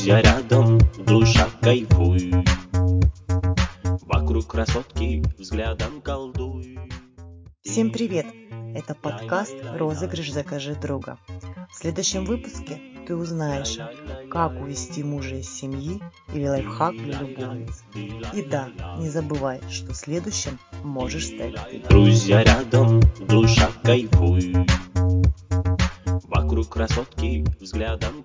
Друзья рядом, душа кайфуй. Вокруг красотки взглядом колдуй. Всем привет! Это подкаст «Розыгрыш «Закажи друга». В следующем выпуске ты узнаешь, как увести мужа из семьи или лайфхак для любовницы. И да, не забывай, что следующим можешь стать ты. Друзья рядом, душа кайфуй. Вокруг красотки взглядом